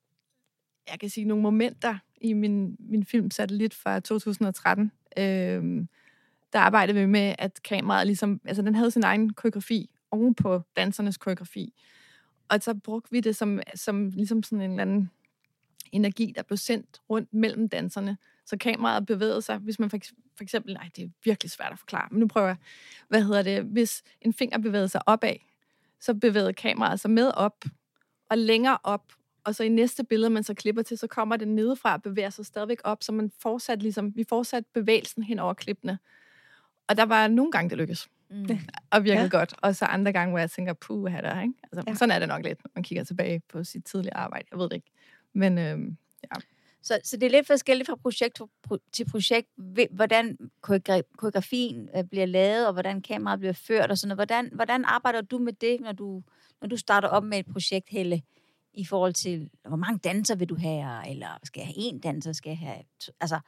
jeg kan sige nogle momenter i min, min film Satellit fra to tusind og tretten, øh, der arbejdede vi med, at kameraet ligesom, altså den havde sin egen koreografi oven på dansernes koreografi. Og så brugte vi det som, som ligesom sådan en eller anden energi, der blev sendt rundt mellem danserne. Så kameraet bevægede sig, hvis man for, for eksempel, nej, det er virkelig svært at forklare, men nu prøver jeg, hvad hedder det, hvis en finger bevægede sig opad, så bevægede kameraet sig med op, og længere op, og så i næste billede, man så klipper til, så kommer det nedefra og bevæger sig stadigvæk op, så man fortsat ligesom, vi fortsatte bevægelsen hen over klippene. Og der var nogle gange, det lykkedes. Mm. Og virkelig ja. Godt. Og så andre gange, hvor jeg tænker, puh, her der, ikke? Altså, ja. Sådan er det nok lidt, når man kigger tilbage på sit tidligere arbejde. Jeg ved det ikke. Men øhm, ja. Så, så det er lidt forskelligt fra projekt til projekt, hvordan koreografien bliver lavet, og hvordan kameraet bliver ført og sådan noget. Hvordan, hvordan arbejder du med det, når du, når du starter op med et projekt, Helle, i forhold til, hvor mange danser vil du have, eller skal jeg have en danser, skal jeg have... Altså,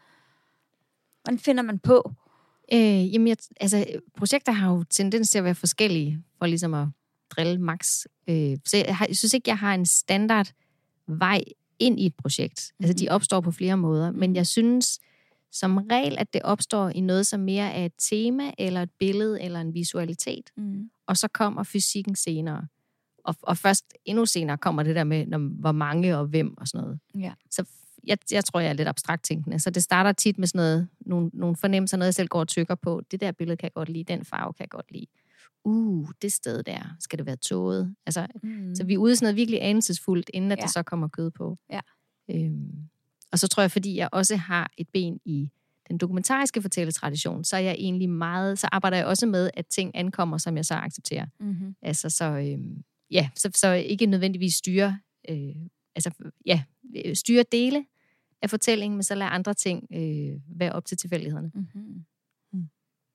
hvordan finder man på? Øh, jamen, jeg, altså, projekter har jo tendens til at være forskellige, for ligesom at drille max. Øh, så jeg, har, jeg synes ikke, jeg har en standard vej ind i et projekt. Mm-hmm. Altså, de opstår på flere måder, men jeg synes som regel, at det opstår i noget, som mere er et tema, eller et billede, eller en visualitet. Mm. Og så kommer fysikken senere. Og, og først endnu senere kommer det der med, når, hvor mange og hvem og sådan noget. Ja. Så jeg, jeg tror, jeg er lidt abstrakt tænkende. Så det starter tit med sådan noget, nogle, nogle fornemmelser, noget jeg selv går og tykker på. Det der billede kan jeg godt lide, den farve kan jeg godt lide. Uh, det sted der, skal det være tåget? Altså, mm. Så vi er ude sådan noget virkelig anelsesfuldt, inden at ja. Der så kommer kød på. Ja. Øhm, og så tror jeg, fordi jeg også har et ben i den dokumentariske fortælletradition, så er jeg egentlig meget, så arbejder jeg også med, at ting ankommer, som jeg så accepterer. Mm-hmm. Altså, så, øhm, ja, så, så ikke nødvendigvis styre, øh, altså, ja, styre dele af fortællingen, men så lade andre ting øh, være op til tilfældighederne. Mm-hmm. Mm.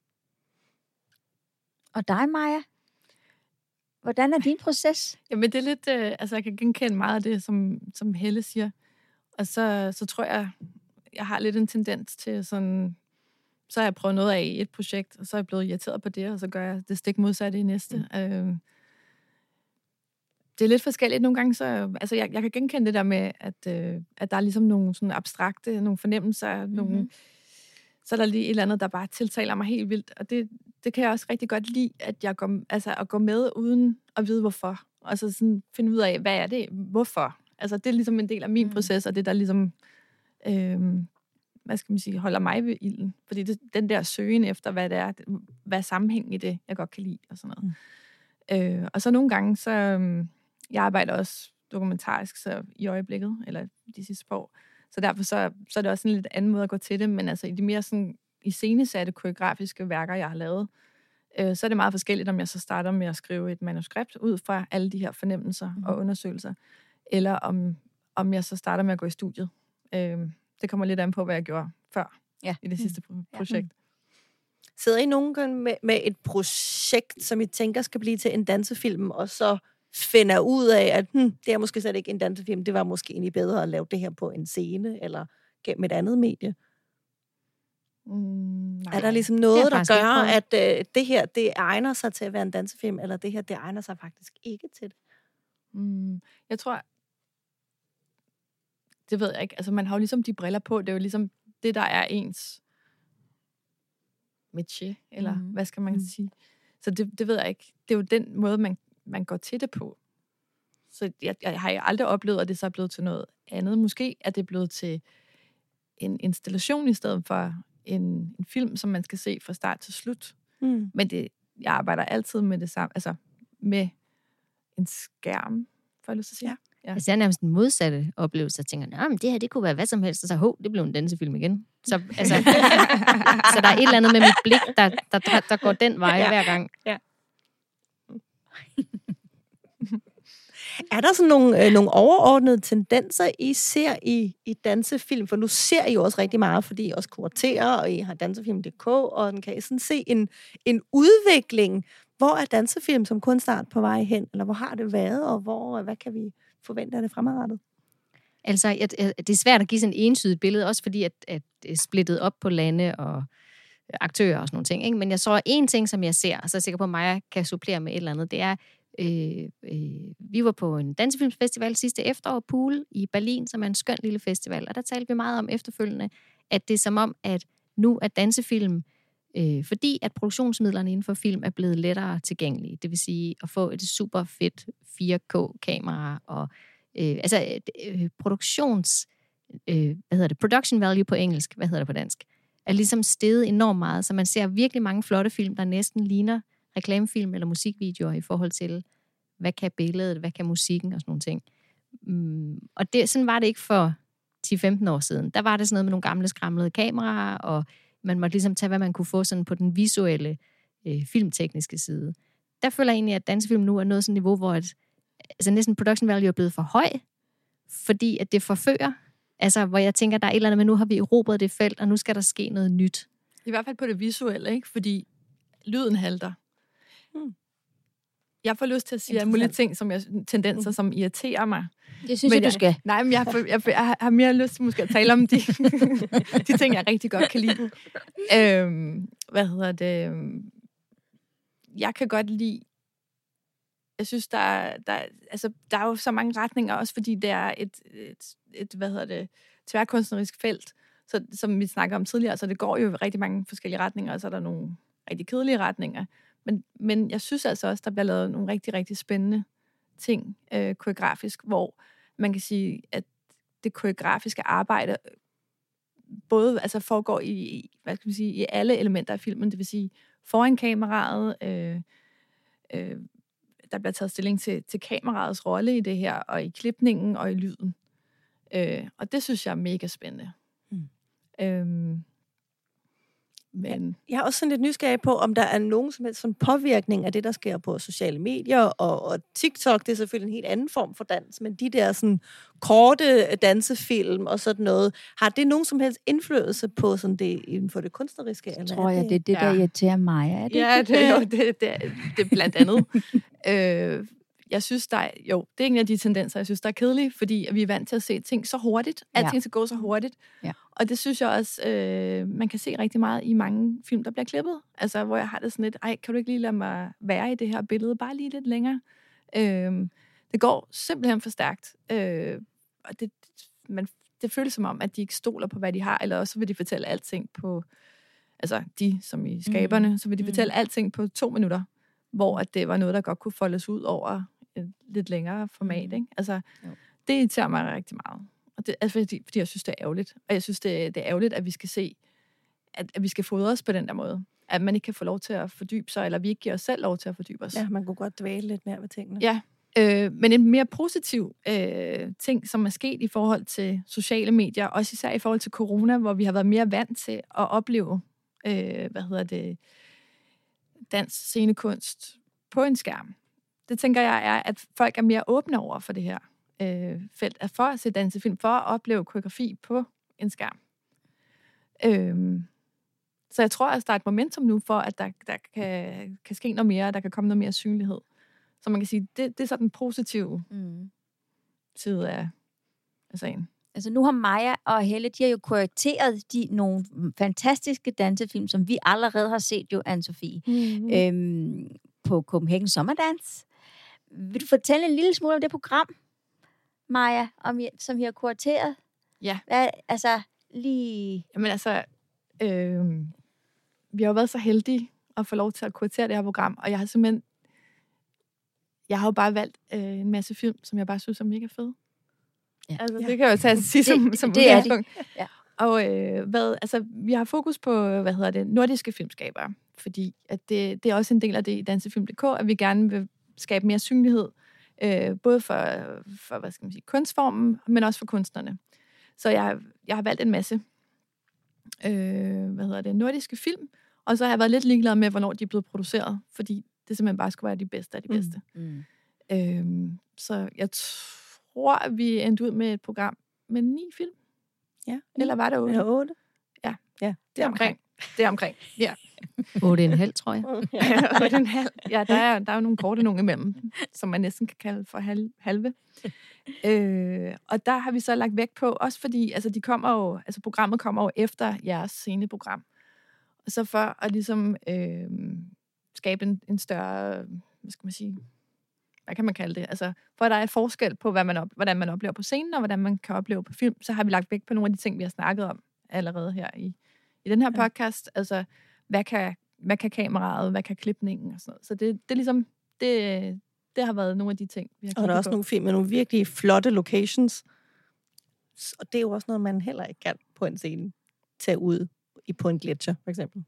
Og dig, Maja? Hvordan er din proces? Jamen, det er lidt, øh, altså jeg kan genkende meget af det, som, som Helle siger. Og så, så tror jeg, jeg har lidt en tendens til sådan, så har jeg prøvet noget af i et projekt, og så er jeg blevet irriteret på det, og så gør jeg det stik modsatte i næste. Mm. Øh, det er lidt forskelligt nogle gange, så altså jeg, jeg kan genkende det der med, at, øh, at der er ligesom nogle sådan abstrakte, nogle fornemmelser, mm-hmm. nogle, så er der lige et eller andet, der bare tiltaler mig helt vildt, og det, det kan jeg også rigtig godt lide, at jeg går, altså at gå med uden at vide hvorfor, og så sådan finde ud af, hvad er det, hvorfor. Altså det er ligesom en del af min mm. proces, og det der ligesom, øh, hvad skal man sige, holder mig ved ilden, fordi det, den der søgen efter, hvad det er, hvad er sammenhængen i det, jeg godt kan lide, og sådan noget. Mm. Øh, og så nogle gange, så øh, jeg arbejder også dokumentarisk så i øjeblikket, eller de sidste par år. Så derfor så, så er det også en lidt anden måde at gå til det, men altså i de mere sådan iscenesatte koreografiske værker, jeg har lavet, øh, så er det meget forskelligt, om jeg så starter med at skrive et manuskript ud fra alle de her fornemmelser mm. og undersøgelser, eller om, om jeg så starter med at gå i studiet. Øh, det kommer lidt an på, hvad jeg gjorde før ja. I det sidste mm. projekt. Ja. Sidder I nogen gange med, med et projekt, som I tænker skal blive til en dansefilm, og så finder ud af, at hm, det er måske slet ikke en dansefilm, det var måske egentlig bedre at lave det her på en scene, eller gennem et andet medie? Mm, er der ligesom noget, der gør, at øh, det her, det egner sig til at være en dansefilm, eller det her, det egner sig faktisk ikke til det? Mm, jeg tror, det ved jeg ikke, altså man har jo ligesom de briller på, det er jo ligesom det, der er ens métier, eller mm. hvad skal man mm. sige. Så det, det ved jeg ikke. Det er jo den måde, man man går til det på. Så jeg, jeg har aldrig oplevet, at det så er blevet til noget andet. Måske er det blevet til en installation i stedet for en, en film, som man skal se fra start til slut. Mm. Men det, jeg arbejder altid med det samme, altså med en skærm, får jeg lyst til at sige. Ja. Ja. Altså, det er nærmest en modsatte oplevelse. Jeg tænker, nej, men det her, det kunne være hvad som helst. Og så, hov, det blev en dansefilm igen. Så, altså, så der er et eller andet med mit blik, der, der, der, der går den vej ja. hver gang. Ja. Er der sådan nogle, øh, nogle overordnede tendenser, I ser i, i dansefilm? For nu ser I jo også rigtig meget, fordi I også kuraterer, og I har dansefilm punktum d k, og den kan I sådan se en, en udvikling. Hvor er dansefilm som kunstart på vej hen? Eller hvor har det været, og hvor, hvad kan vi forvente af det fremadrettet? Altså, det er svært at give sådan et entydigt billede, også fordi, at, at det er splittet op på lande og aktører og sådan nogle ting. Ikke? Men jeg tror, en ting, som jeg ser, og så er jeg sikker på, at Maja kan supplere med et eller andet, det er, øh, øh, vi var på en dansefilmsfestival sidste efterår, Pool, i Berlin, som er en skøn lille festival, og der talte vi meget om efterfølgende, at det er som om, at nu er dansefilm, øh, fordi at produktionsmidlerne inden for film er blevet lettere tilgængelige. Det vil sige at få et super fedt fire K-kamera og øh, altså øh, produktions øh, hvad hedder det, production value på engelsk, hvad hedder det på dansk, er ligesom steget enormt meget, så man ser virkelig mange flotte film, der næsten ligner reklamefilm eller musikvideoer i forhold til, hvad kan billedet, hvad kan musikken og sådan nogle ting. Mm, og det, sådan var det ikke for ti til femten år siden. Der var det sådan noget med nogle gamle skramlede kameraer, og man måtte ligesom tage, hvad man kunne få sådan på den visuelle, øh, filmtekniske side. Der føler jeg egentlig, at dansefilm nu er nået sådan et niveau, hvor et, altså næsten production value er blevet for høj, fordi at det forfører. Altså, hvor jeg tænker, der er et eller andet, men nu har vi erobret det felt, og nu skal der ske noget nyt. I hvert fald på det visuelle, ikke? Fordi lyden halter. Hmm. Jeg får lyst til at sige alle mulige ting, som jeg, tendenser, som irriterer mig. Det synes men jeg, du skal. Nej, men jeg, jeg, jeg, jeg har mere lyst til måske at tale om de, de ting, jeg rigtig godt kan lide. Øhm, hvad hedder det? Jeg kan godt lide... Jeg synes, der er, der, altså, der er jo så mange retninger, også fordi det er et, et, et hvad hedder det, tværkunstnerisk felt, så, som vi snakker om tidligere. Så det går jo i rigtig mange forskellige retninger, og så er der nogle rigtig kedelige retninger. Men, men jeg synes altså også, der bliver lavet nogle rigtig, rigtig spændende ting øh, koreografisk, hvor man kan sige, at det koreografiske arbejde både altså foregår i, hvad skal man sige, i alle elementer af filmen, det vil sige foran kameraet, øh, øh, der bliver taget stilling til, til kameraets rolle i det her, og i klipningen og i lyden. Øh, og det synes jeg er mega spændende. Mm. Øhm, men... Jeg er også sådan lidt nysgerrig på, om der er nogen som helst sådan påvirkning af det, der sker på sociale medier, og, og TikTok, det er selvfølgelig en helt anden form for dans, men de der sådan korte dansefilm og sådan noget, har det nogen som helst indflydelse på sådan det inden for det kunstneriske? Eller tror jeg, det er det, der ja. irriterer mig. Er det ja, det er jo det, det, det er blandt andet. øh, jeg synes, der er, jo, det er en af de tendenser, jeg synes, der er kedelige, fordi vi er vant til at se ting så hurtigt. Alting ja. skal gå så hurtigt. Ja. Og det synes jeg også, øh, man kan se rigtig meget i mange film, der bliver klippet. Altså, hvor jeg har det sådan lidt, ej, kan du ikke lige lade mig være i det her billede, bare lige lidt længere? Øh, det går simpelthen for stærkt. Øh, og det, man, det føles som om, at de ikke stoler på, hvad de har, eller også vil de fortælle alting på, altså de, som i skaberne, mm. så vil de fortælle mm. alting på to minutter, hvor at det var noget, der godt kunne foldes ud over et lidt længere format, ikke? Altså, jo. Det irriterer mig rigtig meget. Og det, altså, fordi, fordi jeg synes, det er ærgerligt. Og jeg synes, det, det er ærgerligt, at vi skal se, at, at vi skal fodre os på den der måde. At man ikke kan få lov til at fordybe sig, eller vi ikke giver os selv lov til at fordybe os. Ja, man kunne godt dvæle lidt mere ved tingene. Ja, øh, men en mere positiv øh, ting, som er sket i forhold til sociale medier, også især i forhold til corona, hvor vi har været mere vant til at opleve, øh, hvad hedder det, dans, scenekunst på en skærm. Det tænker jeg er, at folk er mere åbne over for det her øh, felt, at for at se dansefilm, for at opleve koreografi på en skærm. Øh, så jeg tror, at der er et momentum nu for, at der, der kan, kan ske noget mere, der kan komme noget mere synlighed. Så man kan sige, det, det er så den positive mm. side af, af sagen. Altså nu har Maja og Helle, de har jo kurateret de nogle fantastiske dansefilm, som vi allerede har set jo, Anne-Sophie, mm-hmm. øhm, på Copenhagen Sommerdans. Vil du fortælle en lille smule om det program, Maja, om, som vi har kurateret? Ja. Hvad, altså, lige... Jamen altså, øh, vi har jo været så heldige at få lov til at kuratere det her program, og jeg har simpelthen, jeg har jo bare valgt øh, en masse film, som jeg bare synes er mega fede. Ja. Altså, det kan jeg jo tage at sige som, som det er det. Ja. Og øh, hvad, altså, vi har fokus på, hvad hedder det, nordiske filmskabere, fordi at det, det er også en del af det i dansefilm punktum d k, at vi gerne vil skabe mere synlighed Øh, både for, for, hvad skal man sige, kunstformen, men også for kunstnerne. Så jeg, jeg har valgt en masse øh, hvad hedder det, nordiske film, og så har jeg været lidt ligeglad med, hvornår de er blevet produceret, fordi det simpelthen bare skulle være de bedste af de bedste. Mm. Mm. Øh, så jeg tror, at vi endte ud med et program med ni film. Ja. Eller var det otte? Eller otte. Ja, ja. Det er omkring. Det er omkring, ja. otte og en halv, tror jeg. otte og en halv. Ja, der er, der er jo nogle korte nogle imellem, som man næsten kan kalde for halve. halve. øh, og der har vi så lagt vægt på, også fordi altså, de kommer jo, altså, programmet kommer jo efter jeres sceneprogram. Og så for at ligesom øh, skabe en, en større, hvad skal man sige, hvad kan man kalde det? Altså, for at der er forskel på, hvad man op, hvordan man oplever på scenen, og hvordan man kan opleve på film, så har vi lagt vægt på nogle af de ting, vi har snakket om allerede her i, i den her podcast. Ja. Altså, hvad kan, hvad kan kameraet, hvad kan klipningen og sådan noget. Så det, det er ligesom, det, det har været nogle af de ting, vi har kigget på. Og der er også på. Nogle film med nogle virkelig flotte locations. Og det er jo også noget, man heller ikke kan på en scene tage ud i på en gletscher, for eksempel.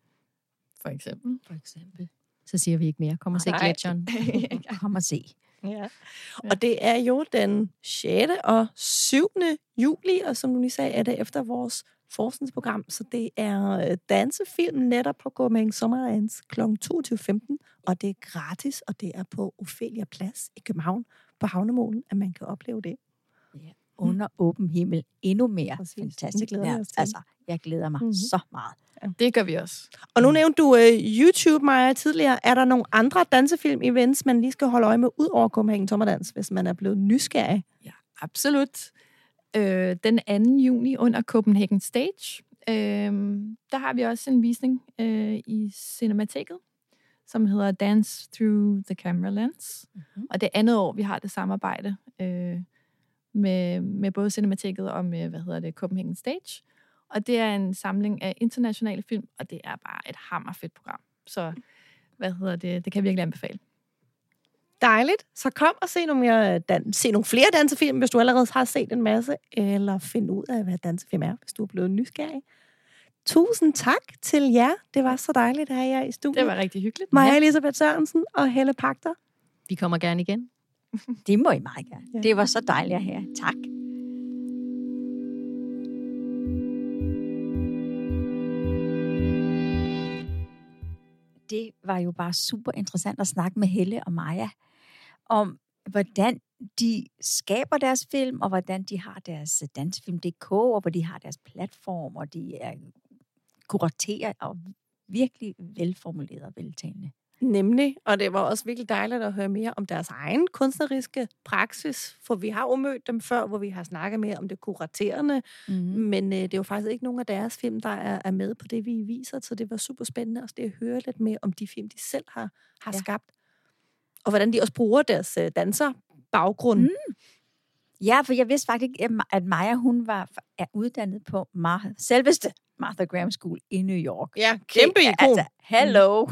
For eksempel. For eksempel. Så siger vi ikke mere. Kom og se gletsjeren. Kom og se. Ja. Og det er jo den sjette og syvende juli, og som du lige sagde, er det efter vores forskningsprogram, så det er dansefilm netop på Copenhagen Sommerdans klokken toogtyve femten, og det er gratis, og det er på Ophelia Plads i København på Havnemålen, at man kan opleve det. Ja. Under åben himmel. Endnu mere. Præcis. Fantastisk. Glæder Ja, os til. altså, jeg glæder mig mm-hmm. så meget. Ja. Det gør vi også. Og nu nævnte du uh, YouTube, Maja, tidligere. Er der nogle andre dansefilm-events, man lige skal holde øje med, ud over Copenhagen Sommerdans, hvis man er blevet nysgerrig? Ja, absolut. Øh, den anden juni under Copenhagen Stage, øh, der har vi også en visning øh, i Cinemateket, som hedder Dance Through the Camera Lens. Mm-hmm. Og det andet år, vi har det samarbejde øh, med, med både Cinemateket og med, hvad hedder det, Copenhagen Stage. Og det er en samling af internationale film, og det er bare et hammerfedt program. Så, hvad hedder det, det kan jeg virkelig anbefale. Dejligt. Så kom og se nogle, mere dan- se nogle flere dansefilm, hvis du allerede har set en masse, eller find ud af, hvad dansefilm er, hvis du er blevet nysgerrig. Tusind tak til jer. Det var så dejligt at have jer i studiet. Det var rigtig hyggeligt. Maja Elisabeth Sørensen og Helle Pachter. Vi kommer gerne igen. Det må I meget gerne. Ja. Det var så dejligt at have. Tak. Det var jo bare super interessant at snakke med Helle og Maja om, hvordan de skaber deres film, og hvordan de har deres dansefilm punktum d k, og hvor de har deres platform, og de er kuraterer og virkelig velformuleret og veltalende. Nemlig, og det var også virkelig dejligt at høre mere om deres egen kunstneriske praksis, for vi har jo mødt dem før, hvor vi har snakket mere om det kuraterende, mm-hmm. men øh, det er jo faktisk ikke nogen af deres film, der er, er med på det, vi viser, så det var super spændende også det at høre lidt mere om de film, de selv har, har ja. skabt, og hvordan de også bruger deres øh, danserbaggrund. Mm. Ja, for jeg vidste faktisk ikke, at Maja, hun var er uddannet på Mar- selveste Martha Graham School i New York. Ja, kæmpe ikon. Altså, hello.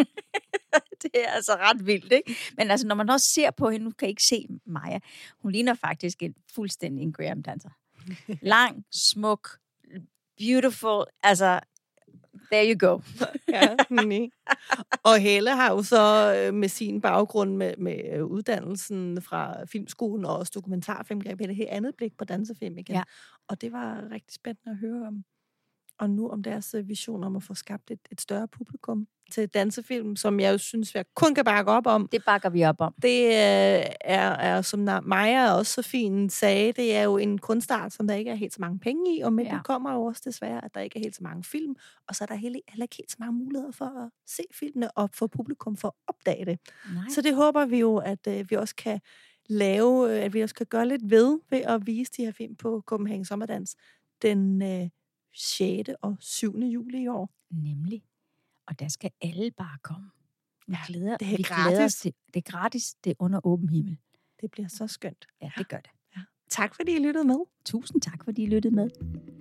Det er altså ret vildt, ikke? Men altså, når man også ser på hende, nu kan I ikke se Maja, hun ligner faktisk en fuldstændig en Graham-danser. Lang, smuk, beautiful, altså, there you go. Ja, nej. Og Helle har jo så med sin baggrund med, med uddannelsen fra filmskolen og også dokumentarfilmgreb et helt andet blik på dansefilm igen. Ja. Og det var rigtig spændende at høre om. Og nu om deres vision om at få skabt et, et større publikum til dansefilm, som jeg jo synes, jeg kun kan bakke op om. Det bakker vi op om. Det er, er som Maja også så fint sagde, det er jo en kunstart, som der ikke er helt så mange penge i, og med ja. det kommer jo også desværre, at der ikke er helt så mange film, og så er der heller ikke helt så mange muligheder for at se filmene og få publikum for at opdage det. Nej. Så det håber vi jo, at øh, vi også kan lave, at vi også kan gøre lidt ved, ved at vise de her film på Copenhagen Sommerdans den øh, sjette og syvende juli i år. Nemlig. Og der skal alle bare komme. Vi ja, glæder, det er vi gratis. Glæder os til, det er gratis, det er under åben himmel. Det bliver så skønt. Ja, det gør det. Ja. Tak fordi I lyttede med. Tusind tak fordi I lyttede med.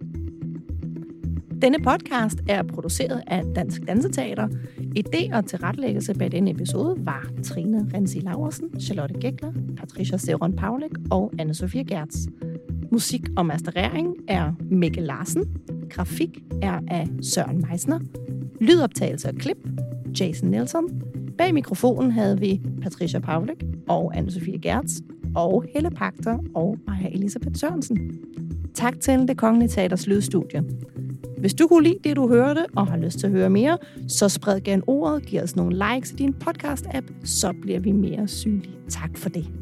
Denne podcast er produceret af Dansk Danseteater. Idé og tilrettelæggelse bag denne episode var Trine Rensi Laursen, Charlotte Gækler, Patricia Seron Paulik og Anne-Sophie Gertz. Musik og masterering er Mikkel Larsen. Grafik er af Søren Meisner. Lydoptagelse og klip Jason Nielsen. Bag mikrofonen havde vi Patricia Pavlik og Anne-Sophie Gertz og Helle Pachter og Maja Elisabeth Sørensen. Tak til Det Kongelige Teaters lydstudie. Hvis du kunne lide det, du hørte, og har lyst til at høre mere, så spred gerne ordet, giv os nogle likes i din podcast-app, så bliver vi mere synlige. Tak for det.